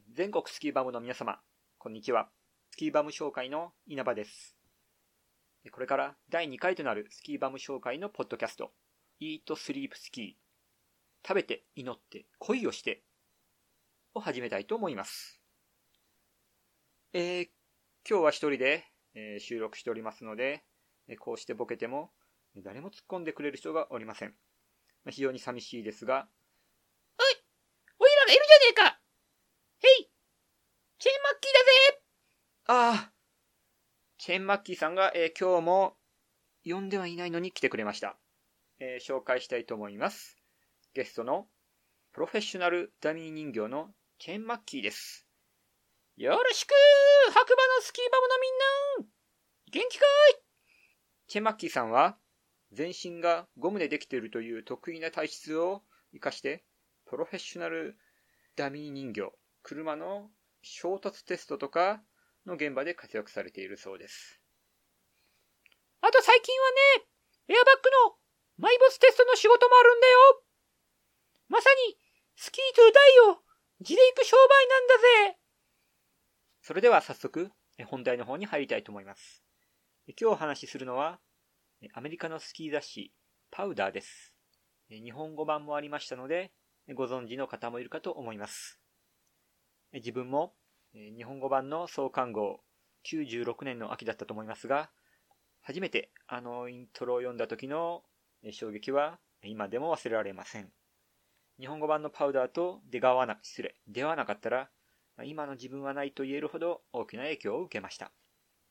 全国スキーバムの皆様、こんにちは。スキーバム紹介の稲葉です。これから第2回となるスキーバム紹介のポッドキャスト、Eat Sleep Ski 食べて祈って恋をしてを始めたいと思います。今日は一人で、収録しておりますので、こうしてボケても誰も突っ込んでくれる人がおりません。非常に寂しいですが、 おいらがいるじゃねえか。へい、チェーンマッキーだぜ。 チェーンマッキーさんが、今日も呼んではいないのに来てくれました。紹介したいと思います。ゲストのプロフェッショナルダミー人形のチェーンマッキーです。 よろしく白馬のスキーバムのみんな、元気かい。 チェーンマッキーさんは全身がゴムでできているという得意な体質を生かしてプロフェッショナルダミー人形、車の衝突テストとかの現場で活躍されているそうです。 あと最近はね、エアバッグのマイボステストの仕事もあるんだよ。まさにスキートゥダイを地で行く商売なんだぜ。 それでは早速本題の方に入りたいと思います。今日お話しするのはアメリカのスキー雑誌パウダーです。日本語版もありましたのでご存知の方もいるかと思います。自分も日本語版の創刊号96年の秋だったと思いますが、初めてイントロを読んだ時の衝撃は今でも忘れられません。日本語版のパウダーと出会わなかったら今の自分はないと言えるほど大きな影響を受けました。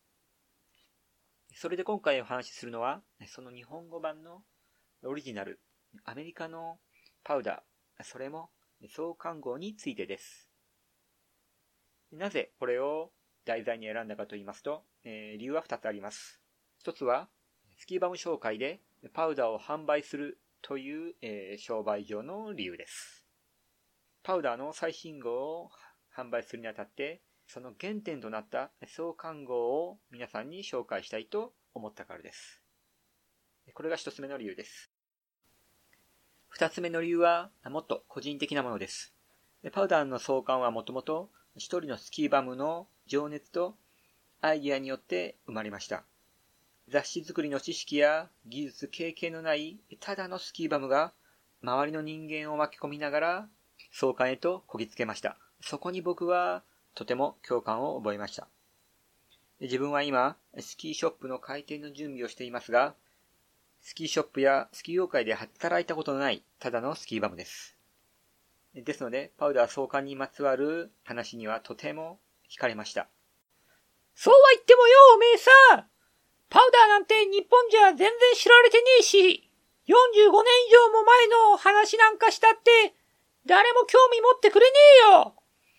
それで今回お話しするのはその日本語版のオリジナルアメリカのパウダー、それも創刊号についてです。なぜこれを題材に選んだかと言いますと、理由は2つあります。一つはスキーバム紹介でパウダーを販売するという、商売上の理由です。パウダーの最新号を販売するにあたってその原点となった創刊号を皆さんに紹介したいと思ったからです。これが一つ目の理由です。二つ目の理由はもっと個人的なものです。パウダーの創刊はもともと一人のスキーバムの情熱とアイディアによって生まれました。雑誌作りの知識や技術経験のないただのスキーバムが周りの人間を巻き込みながら創刊へとこぎつけました。そこに僕はとても共感を覚えました。自分は今スキーショップの開店の準備をしていますが、スキーショップやスキー業界で働いたことのないただのスキーバムです。ですのでパウダー創刊にまつわる話にはとても惹かれました。 そうは言ってもよ、おめえさ、パウダーなんて日本じゃ全然知られてねえし、45年以上も前の話なんかしたって誰も興味持ってくれねえよ。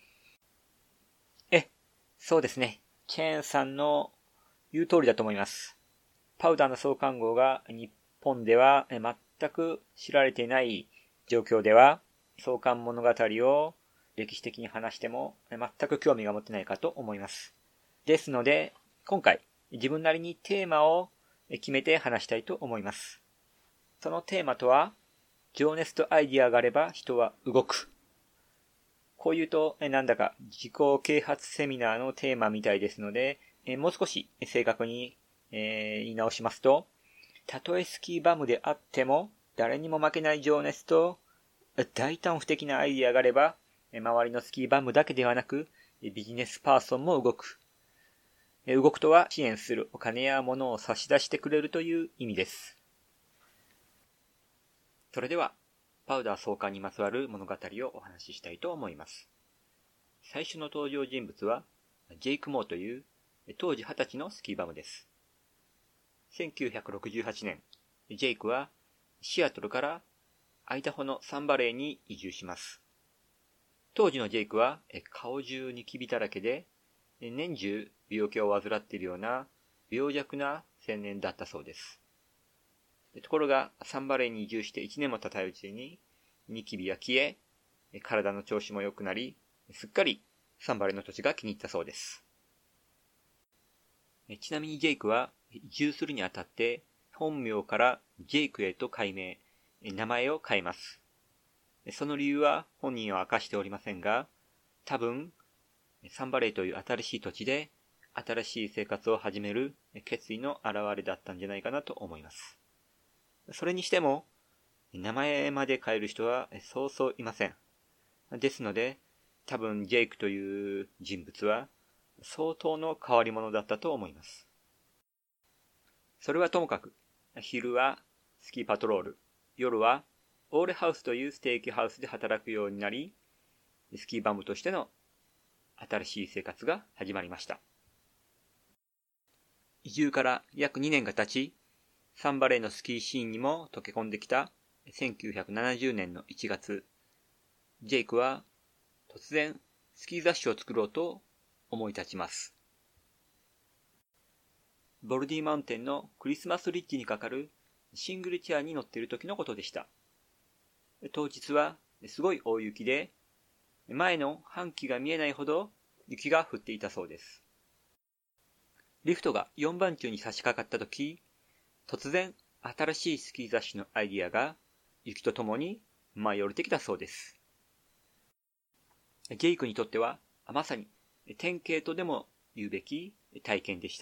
そうですね。チェーンさんの言う通りだと思います。パウダーの創刊号が日本では全く知られていない状況では、創刊物語を歴史的に話しても全く興味が持ってないかと思います。ですので、今回自分なりにテーマを決めて話したいと思います。そのテーマとは、情熱とアイディアがあれば人は動く。こう言うとなんだか自己啓発セミナーのテーマみたいですので、もう少し正確に、言い直しますと、たとえスキーバムであっても誰にも負けない情熱と大胆不敵なアイディアがあれば、周りのスキーバムだけではなくビジネスパーソンも動く。動くとは支援するお金や物を差し出してくれるという意味です。それではパウダー創刊にまつわる物語をお話ししたいと思います。最初の登場人物はジェイク・モーという当時20歳のスキーバムです。1968年、ジェイクはシアトルからアイダホのサンバレーに移住します。当時のジェイクは顔中ニキビだらけで年中病気を患っているような病弱な青年だったそうです。ところがサンバレーに移住して1年も経たないうちにニキビは消え、体の調子も良くなり、すっかりサンバレーの土地が気に入ったそうです。ちなみにジェイクは移住するにあたって本名からジェイクへと改名、名前を変えます。その理由は本人は明かしておりませんが、多分サンバレーという新しい土地で新しい生活を始める決意の表れだったんじゃないかなと思います。それにしても、名前まで変える人はそうそういません。ですので、多分ジェイクという人物は相当の変わり者だったと思います。それはともかく、昼はスキーパトロール、夜はオールハウスというステーキハウスで働くようになり、スキーバムとしての新しい生活が始まりました。移住から約2年が経ち、サンバレーのスキーシーンにも溶け込んできた1970年の1月、ジェイクは突然スキー雑誌を作ろうと思い立ちます。ボルディマウンテンのクリスマスリッジにかかるシングルチェアに乗っている時のことでした。当日はすごい大雪で、前の半旗が見えないほど雪が降っていたそうです。リフトが4番中に差し掛かった時、突然新しいスキー雑誌のアイディアが雪とともに舞い降りてきたそうです。ジェイクにとってはまさに典型とでも言うべき体験でした。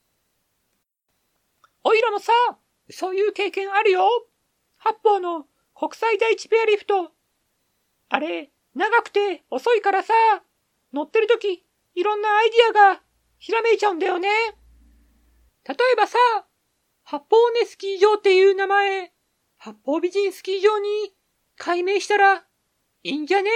おいらもさ、そういう経験あるよ。八方の国際第一ペアリフト。あれ、長くて遅いからさ、乗ってるとき、いろんなアイディアがひらめいちゃうんだよね。例えばさ、八方尾根スキー場っていう名前、八方美人スキー場に改名したらいいんじゃね？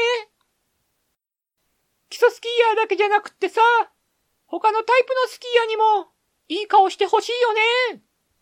基礎スキーヤーだけじゃなくってさ、他のタイプのスキーヤーにもいい顔してほしいよね。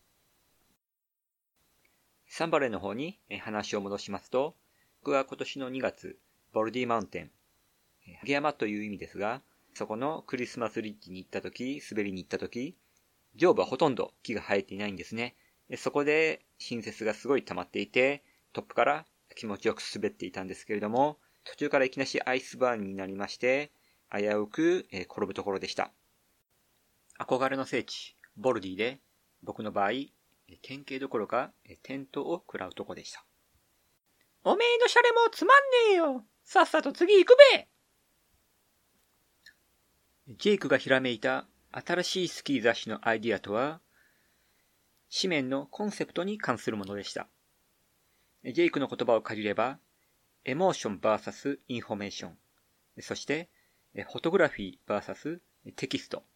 サンバレーの方に話を戻しますと、僕は今年の2月、ボルディマウンテン、萩山という意味ですが、そこのクリスマスリッジに行った時、滑りに行った時、上部はほとんど木が生えていないんですね。そこで新雪がすごい溜まっていて、トップから気持ちよく滑っていたんですけれども、途中からいきなしアイスバーンになりまして、危うく転ぶところでした。憧れの聖地、ボルディで、僕の場合、典型どころか転倒を食らうとこでした。 おめえのシャレもつまんねえよ。さっさと次行くべ。 ジェイクがひらめいた新しいスキー雑誌のアイディアとは、紙面のコンセプトに関するものでした。ジェイクの言葉を借りれば、エモーション vs インフォメーション、そしてフォトグラフィー vs テキスト。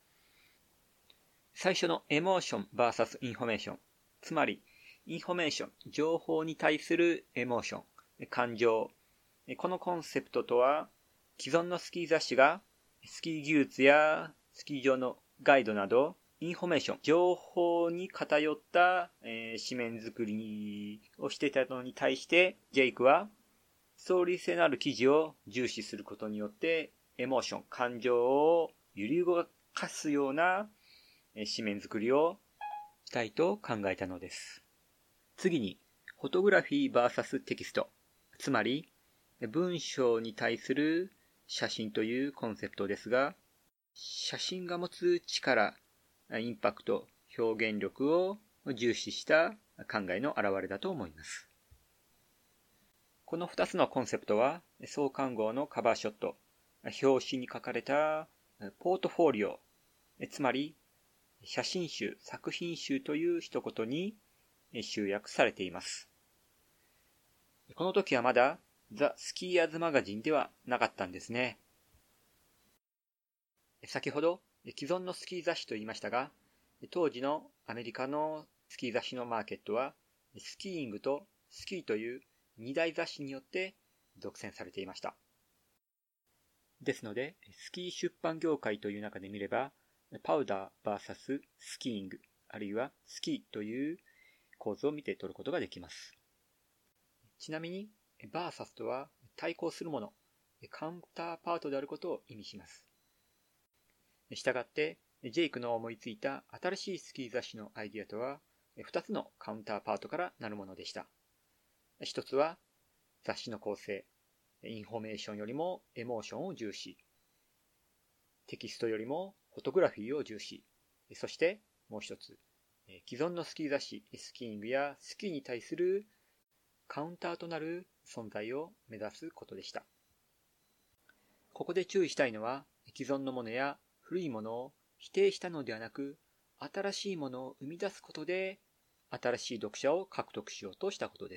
最初のエモーション vs インフォメーション、つまりインフォメーション、情報に対するエモーション、感情。このコンセプトとは、既存のスキー雑誌がスキー技術やスキー場のガイドなど、インフォメーション、情報に偏った、紙面作りをしていたのに対して、ジェイクはストーリー性のある記事を重視することによって、エモーション、感情を揺り動かすような紙面作りをしたいと考えたのです。次に、フォトグラフィー vs テキスト。つまり、文章に対する写真というコンセプトですが、写真が持つ力、インパクト、表現力を重視した考えの表れだと思います。この2つのコンセプトは、創刊号のカバーショット、表紙に書かれたポートフォリオ、つまり写真集、作品集という一言に集約されています。この時はまだザ・スキーヤーズマガジンではなかったんですね。先ほど既存のスキー雑誌と言いましたが、当時のアメリカのスキー雑誌のマーケットはスキーイングとスキーという二大雑誌によって独占されていました。ですので、スキー出版業界という中で見れば、パウダー vs スキーイング、あるいはスキーという構図を見て取ることができます。ちなみに、バーサスとは対抗するもの、カウンターパートであることを意味します。したがって、ジェイクの思いついた新しいスキー雑誌のアイディアとは、2つのカウンターパートからなるものでした。一つは、雑誌の構成、インフォメーションよりもエモーションを重視、テキストよりもフォトグラフィーを重視、そしてもう一つ、既存のスキー雑誌、スキーイングやスキーに対するカウンターとなる存在を目指すことでした。 ここで注意したいのは、既存のものや古いものを否定したのではなく、新しいものを生み出すことで、新しい読者を獲得しようとしたことです。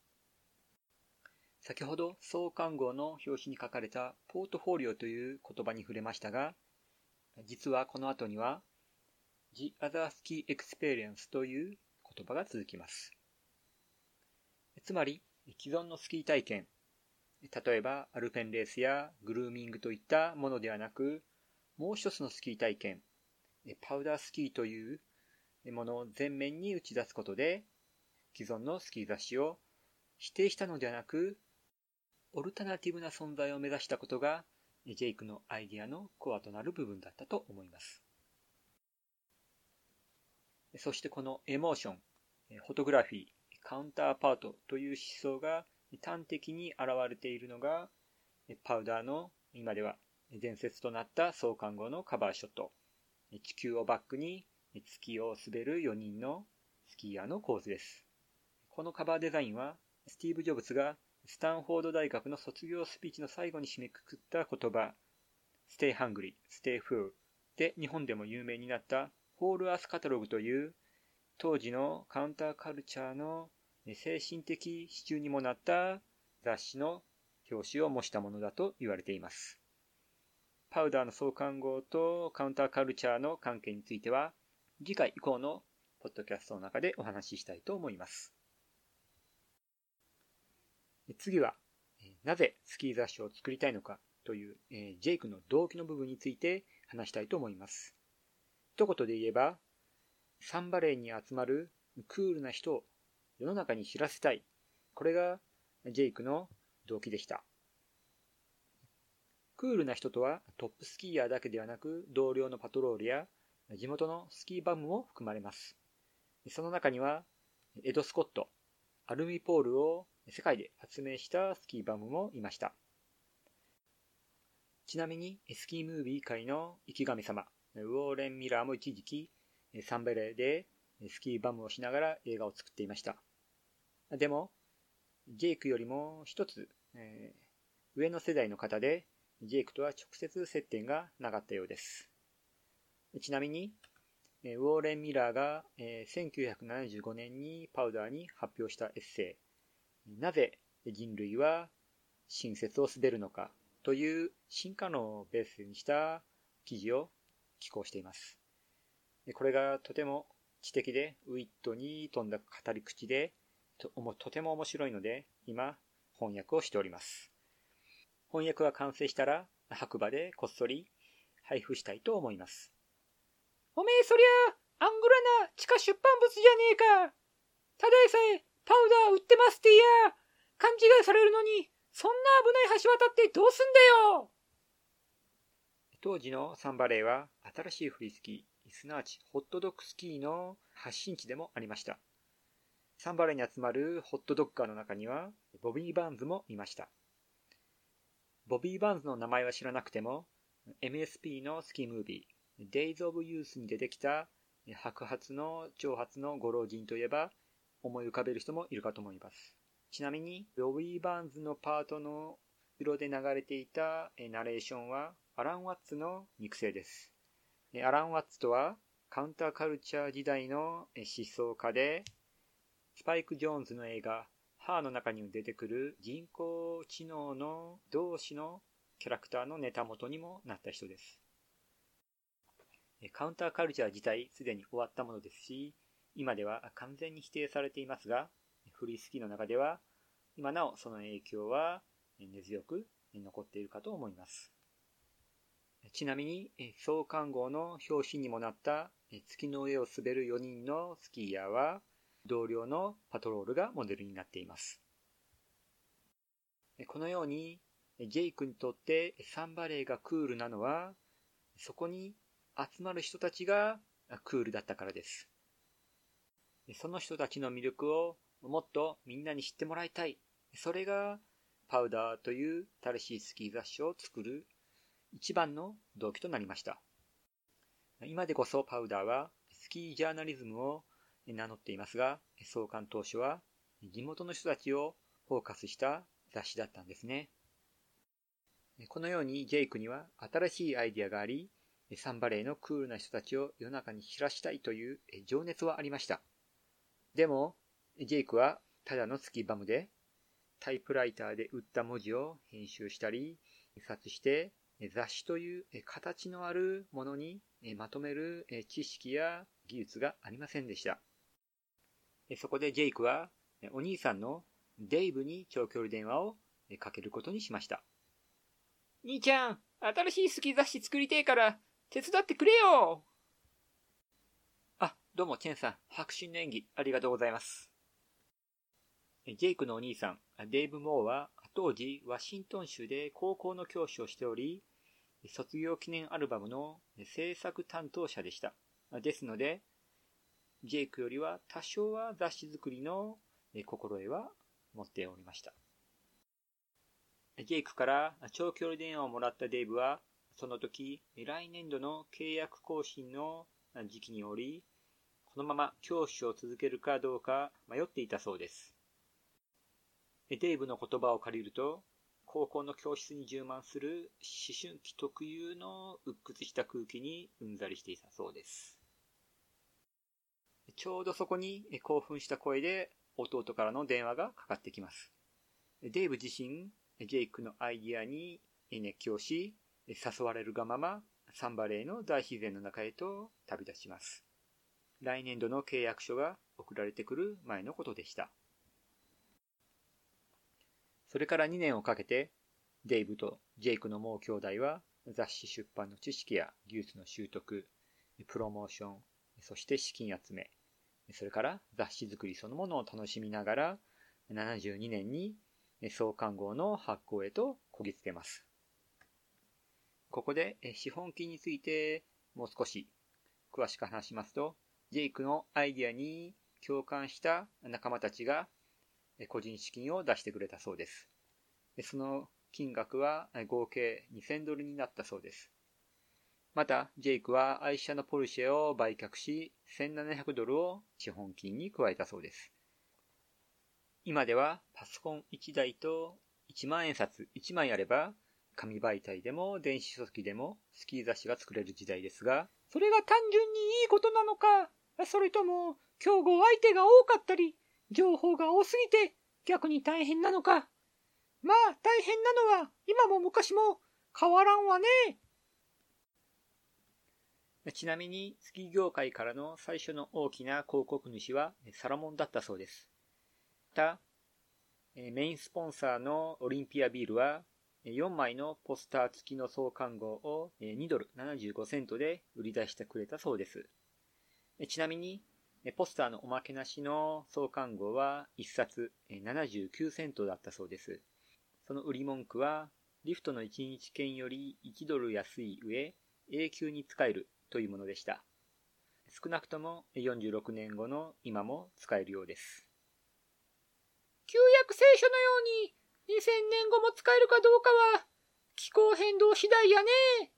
先ほど創刊号の表紙に書かれたポートフォリオという言葉に触れましたが、実はこの後には The Other Ski Experience という言葉が続きます。つまり既存のスキー体験、例えばアルペンレースやグルーミングといったものではなく、もう一つのスキー体験、パウダースキーというものを前面に打ち出すことで、既存のスキー雑誌を否定したのではなく、オルタナティブな存在を目指したことが、ジェイクのアイディアのコアとなる部分だったと思います。そしてこのエモーション、フォトグラフィー、カウンターパートという思想が端的に現れているのが、パウダーの今では伝説となった創刊号のカバーショット、地球をバックに月を滑る4人のスキーヤーの構図です。このカバーデザインは、スティーブ・ジョブズがスタンフォード大学の卒業スピーチの最後に締めくくった言葉、Stay Hungry, Stay Full で日本でも有名になったホールアースカタログという当時のカウンターカルチャーの精神的支柱にもなった雑誌の表紙を模したものだと言われています。パウダーの創刊号とカウンターカルチャーの関係については次回以降のポッドキャストの中でお話ししたいと思います。次は、なぜスキー雑誌を作りたいのかという、ジェイクの動機の部分について話したいと思います。一言で言えば、サンバレーに集まるクールな人を世の中に知らせたい。これがジェイクの動機でした。クールな人とはトップスキーヤーだけではなく、同僚のパトロールや地元のスキーバムも含まれます。その中には、エド・スコット、アルミポールを世界で発明したスキーバムもいました。ちなみにスキームービー界の生き神様、ウォーレン・ミラーも一時期サンベレーでスキーバムをしながら映画を作っていました。でも、ジェイクよりも一つ、上の世代の方で、ジェイクとは直接接点がなかったようです。ちなみに、ウォーレン・ミラーが1975年にパウダーに発表したエッセイ、なぜ人類は新雪を滑るのかという進化論をベースにした記事を寄稿しています。これがとても知的でウィットに富んだ語り口で とても面白いので今翻訳をしております。翻訳が完成したら白馬でこっそり配布したいと思います。 おめえそりゃアングラな地下出版物じゃねえか。ただでさえパウダー売ってますってや勘違いされるのにそんな危ない橋渡ってどうすんだよ。 当時のサンバレーは新しいフリースキー、すなわちホットドッグスキーの発信地でもありました。サンバレーに集まるホットドッガーの中にはボビー・バーンズもいました。ボビー・バーンズの名前は知らなくても MSP のスキームービーDays of Youth に出てきた白髪の長髪のご老人といえば思い浮かべる人もいるかと思います。ちなみにボビー・バーンズのパートの後ろで流れていたナレーションはアラン・ワッツの肉声です。アラン・ワッツとはカウンターカルチャー時代の思想家で、スパイク・ジョーンズの映画ハーの中に出てくる人工知能の同士のキャラクターのネタ元にもなった人です。カウンターカルチャー自体すでに終わったものですし、今では完全に否定されていますが、フリースキーの中では今なおその影響は根強く残っているかと思います。ちなみに創刊号の表紙にもなった月の上を滑る4人のスキーヤーは同僚のパトロールがモデルになっています。このようにジェイクにとってサンバレーがクールなのはそこに集まる人たちがクールだったからです。その人たちの魅力をもっとみんなに知ってもらいたい。それがパウダーという新しいスキー雑誌を作る一番の動機となりました。今でこそパウダーはスキージャーナリズムを名乗っていますが、創刊当初は地元の人たちをフォーカスした雑誌だったんですね。 このようにジェイクには新しいアイディアがあり、サンバレーのクールな人たちを世の中に知らしたいという情熱はありました。でも、ジェイクはただのスキーバムで、タイプライターで打った文字を編集したり、印刷して雑誌という形のあるものにまとめる知識や技術がありませんでした。そこでジェイクはお兄さんのデイブに長距離電話をかけることにしました。 兄ちゃん、新しいスキー雑誌作りてえから手伝ってくれよ。 あ、どうもチェンさん、迫真の演技ありがとうございます。ジェイクのお兄さん、デイブ・モーは当時ワシントン州で高校の教師をしており、卒業記念アルバムの制作担当者でした。ですので、ジェイクよりは多少は雑誌作りの心得は持っておりました。ジェイクから長距離電話をもらったデイブは、その時、来年度の契約更新の時期におり、このまま教師を続けるかどうか迷っていたそうです。デイブの言葉を借りると、高校の教室に充満する思春期特有の鬱屈した空気にうんざりしていたそうです。ちょうどそこに興奮した声で弟からの電話がかかってきます。デイブ自身、ジェイクのアイディアに熱狂し、誘われるがままサンバレーの大自然の中へと旅立ちます。来年度の契約書が送られてくる前のことでした。それから2年をかけて、デイブとジェイクのモー兄弟は雑誌出版の知識や技術の習得、プロモーション、そして資金集め、それから雑誌作りそのものを楽しみながら、72年に創刊号の発行へとこぎつけます。ここで資本金についてもう少し詳しく話しますと、ジェイクのアイディアに共感した仲間たちが個人資金を出してくれたそうです。その金額は合計$2000になったそうです。また、ジェイクは愛車のポルシェを売却し、$1700を資本金に加えたそうです。今ではパソコン1台と1万円札1枚あれば、紙媒体でも電子書籍でもスキー雑誌が作れる時代ですが、 それが単純にいいことなのか、それとも競合相手が多かったり、情報が多すぎて逆に大変なのか。まあ大変なのは今も昔も変わらんわね。 ちなみにスキー業界からの最初の大きな広告主はサロモンだったそうです。また、メインスポンサーのオリンピアビールは4枚のポスター付きの創刊号を$2.75で売り出してくれたそうです。ちなみにポスターのおまけなしの創刊号は1冊79セントだったそうです。その売り文句は、リフトの1日券より$1安い上、永久に使えるというものでした。少なくとも46年後の今も使えるようです。 旧約聖書のように2000年後も使えるかどうかは気候変動次第やね。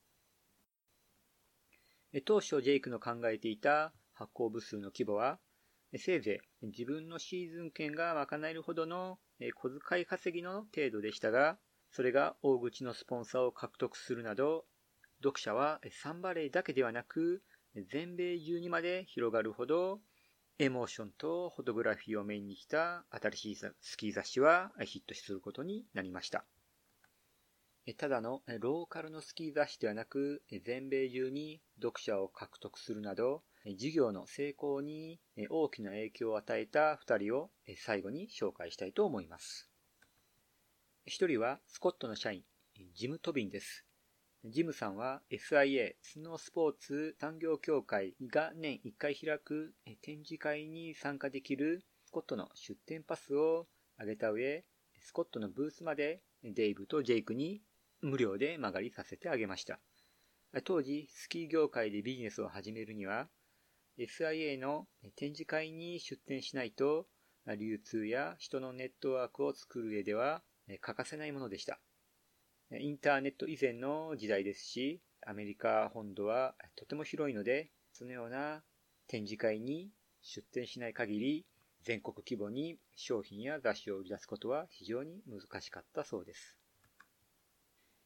当初ジェイクの考えていた発行部数の規模は、せいぜい自分のシーズン券が賄えるほどの小遣い稼ぎの程度でしたが、それが大口のスポンサーを獲得するなど、読者はサンバレーだけではなく、全米中にまで広がるほど、エモーションとフォトグラフィーをメインにした新しいスキー雑誌はヒットすることになりました。ただのローカルのスキー雑誌ではなく、全米中に読者を獲得するなど、事業の成功に大きな影響を与えた2人を最後に紹介したいと思います。1人はスコットの社員、ジム・トビンです。ジムさんは SIA スノースポーツ産業協会が年1回開く展示会に参加できるスコットの出展パスをあげた上、スコットのブースまでデイブとジェイクに無料で間借りさせてあげました。当時スキー業界でビジネスを始めるには SIA の展示会に出展しないと流通や人のネットワークを作る上では欠かせないものでした。インターネット以前の時代ですし、アメリカ本土はとても広いので、そのような展示会に出展しない限り、全国規模に商品や雑誌を売り出すことは非常に難しかったそうです。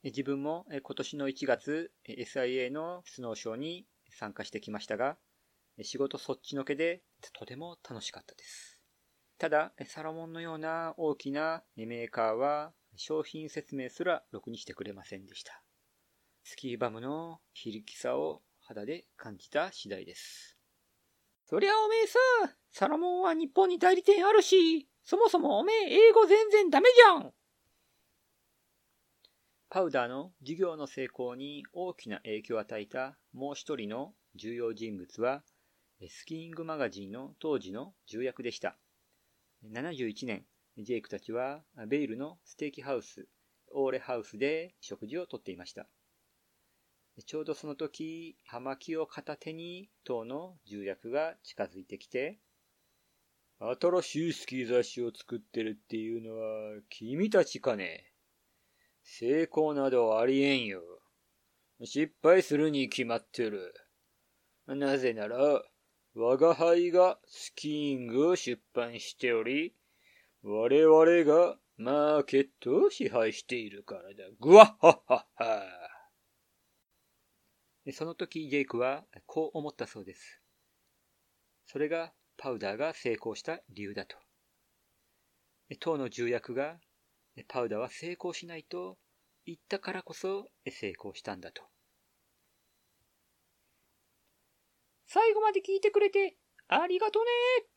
自分も今年の1月 SIA のスノーショーに参加してきましたが、仕事そっちのけでとても楽しかったです。ただ、サロモンのような大きなメーカーは商品説明すらろくにしてくれませんでした。スキーバムの非力さを肌で感じた次第です。 そりゃおめえさ、サロモンは日本に代理店あるし、そもそもおめえ英語全然ダメじゃん。 パウダーの事業の成功に大きな影響を与えたもう一人の重要人物は、スキーイングマガジンの当時の重役でした。71年、ジェイクたちはベイルのステーキハウス、オーレハウスで食事をとっていました。ちょうどその時、葉巻を片手に当の重役が近づいてきて、新しいスキー雑誌を作ってるっていうのは君たちかね。成功などありえんよ。失敗するに決まってる。なぜなら、我が輩がスキーイングを出版しており、我々がマーケットを支配しているからだ。ぐわっはっはっは。その時ジェイクはこう思ったそうです。それがパウダーが成功した理由だと。当の重役がパウダーは成功しないと言ったからこそ成功したんだと。 最後まで聞いてくれてありがとね。